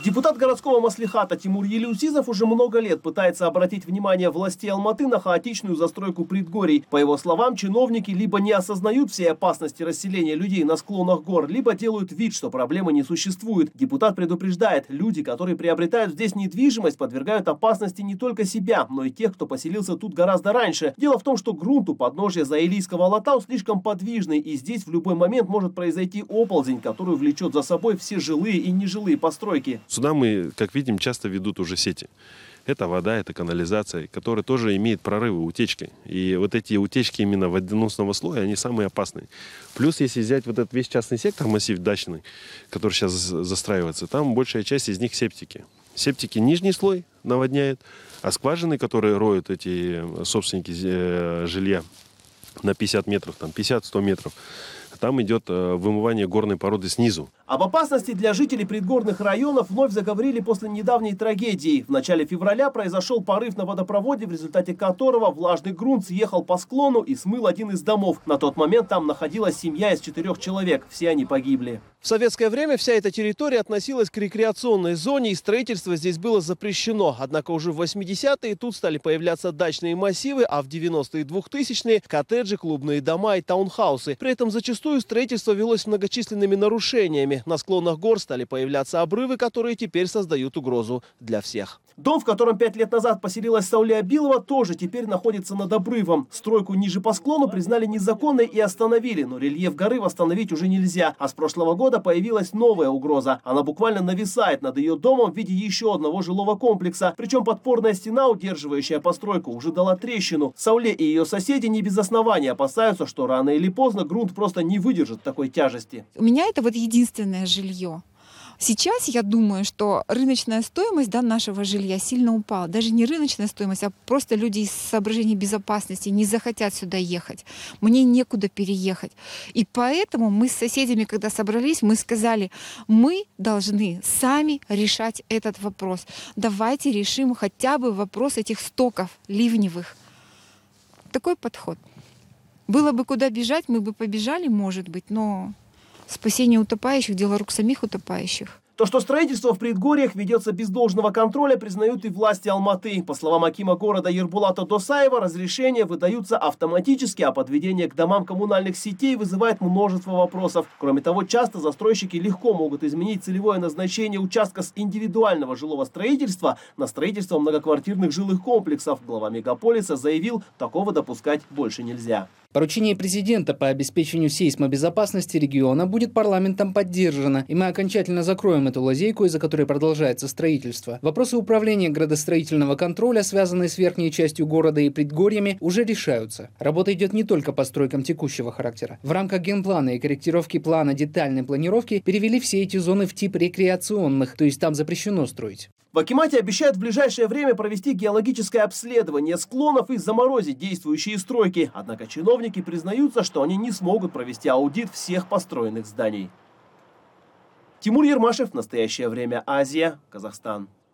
Депутат городского маслихата Тимур Елеусизов уже много лет пытается обратить внимание властей Алматы на хаотичную застройку предгорий. По его словам, чиновники либо не осознают всей опасности расселения людей на склонах гор, либо делают вид, что проблемы не существует. Депутат предупреждает, люди, которые приобретают здесь недвижимость, подвергают опасности не только себя, но и тех, кто поселился тут гораздо раньше. Дело в том, что грунт у подножия Заилийского Алатау слишком подвижный, и здесь в любой момент может произойти оползень, который влечет за собой все жилые и нежилые постройки. Сюда мы, как видим, часто ведут уже сети. Это вода, это канализация, которая тоже имеет прорывы, утечки. И вот эти утечки именно водоносного слоя, они самые опасные. Плюс, если взять вот этот весь частный сектор, массив дачный, который сейчас застраивается, там большая часть из них септики. Септики нижний слой наводняет, а скважины, которые роют эти собственники жилья на 50 метров, там 50-100 метров, там идет вымывание горной породы снизу. Об опасности для жителей предгорных районов вновь заговорили после недавней трагедии. В начале февраля произошел порыв на водопроводе, в результате которого влажный грунт съехал по склону и смыл один из домов. На тот момент там находилась семья из 4 человек. Все они погибли. В советское время вся эта территория относилась к рекреационной зоне, и строительство здесь было запрещено. Однако уже в 80-е тут стали появляться дачные массивы, а в 90-е и 2000-е – коттеджи, клубные дома и таунхаусы. При этом зачастую строительство велось с многочисленными нарушениями. На склонах гор стали появляться обрывы, которые теперь создают угрозу для всех. Дом, в котором 5 лет назад поселилась Сауле Абилова, тоже теперь находится над обрывом. Стройку ниже по склону признали незаконной и остановили, но рельеф горы восстановить уже нельзя. А с прошлого года появилась новая угроза. Она буквально нависает над ее домом в виде еще одного жилого комплекса. Причем подпорная стена, удерживающая постройку, уже дала трещину. Сауле и ее соседи не без основания опасаются, что рано или поздно грунт просто не выдержит такой тяжести. У меня это вот единственное жилье. Сейчас я думаю, что рыночная стоимость нашего жилья сильно упала. Даже не рыночная стоимость, а просто люди из соображений безопасности не захотят сюда ехать. Мне некуда переехать. И поэтому мы с соседями, когда собрались, мы сказали, мы должны сами решать этот вопрос. Давайте решим хотя бы вопрос этих стоков ливневых. Такой подход. Было бы куда бежать, мы бы побежали, может быть, но... Спасение утопающих – дело рук самих утопающих. То, что строительство в предгорьях ведется без должного контроля, признают и власти Алматы. По словам акима города Ербулата Досаева, разрешения выдаются автоматически, а подведение к домам коммунальных сетей вызывает множество вопросов. Кроме того, часто застройщики легко могут изменить целевое назначение участка с индивидуального жилого строительства на строительство многоквартирных жилых комплексов. Глава мегаполиса заявил, такого допускать больше нельзя. Поручение президента по обеспечению сейсмобезопасности региона будет парламентом поддержано, и мы окончательно закроем эту лазейку, из-за которой продолжается строительство. Вопросы управления градостроительного контроля, связанные с верхней частью города и предгорьями, уже решаются. Работа идет не только по стройкам текущего характера. В рамках генплана и корректировки плана детальной планировки перевели все эти зоны в тип рекреационных, то есть там запрещено строить. В акимате обещают в ближайшее время провести геологическое обследование склонов и заморозить действующие стройки. Однако чиновники признаются, что они не смогут провести аудит всех построенных зданий. Тимур Ермашев. Настоящее время. Азия. Казахстан.